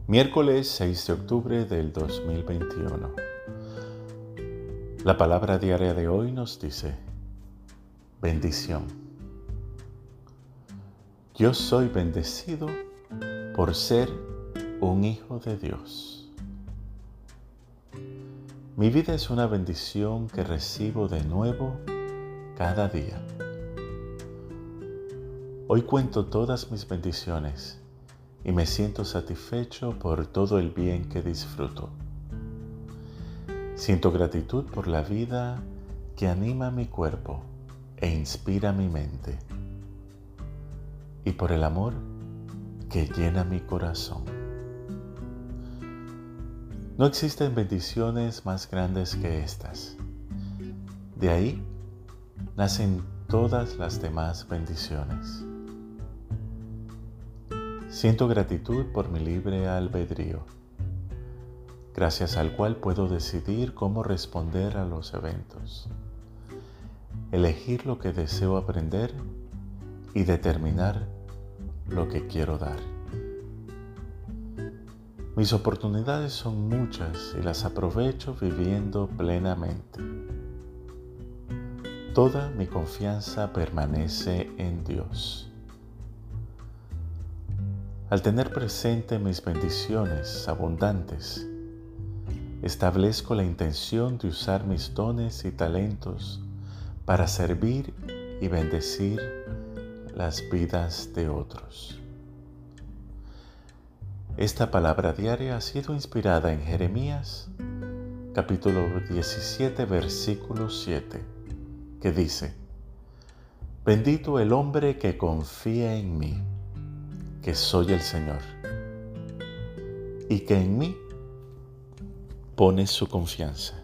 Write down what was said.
Miércoles 6 de octubre del 2021. La palabra diaria de hoy nos dice: bendición. Yo soy bendecido por ser un hijo de Dios. Mi vida es una bendición que recibo de nuevo cada día. Hoy cuento todas mis bendiciones y me siento satisfecho por todo el bien que disfruto. Siento gratitud por la vida que anima mi cuerpo e inspira mi mente, y por el amor que llena mi corazón. No existen bendiciones más grandes que estas. De ahí nacen todas las demás bendiciones. Siento gratitud por mi libre albedrío, gracias al cual puedo decidir cómo responder a los eventos, elegir lo que deseo aprender y determinar lo que quiero dar. Mis oportunidades son muchas y las aprovecho viviendo plenamente. Toda mi confianza permanece en Dios. Al tener presente mis bendiciones abundantes, establezco la intención de usar mis dones y talentos para servir y bendecir las vidas de otros. Esta palabra diaria ha sido inspirada en Jeremías, capítulo 17, versículo 7, que dice: bendito el hombre que confía en mí, que soy el Señor, y que en mí pone su confianza.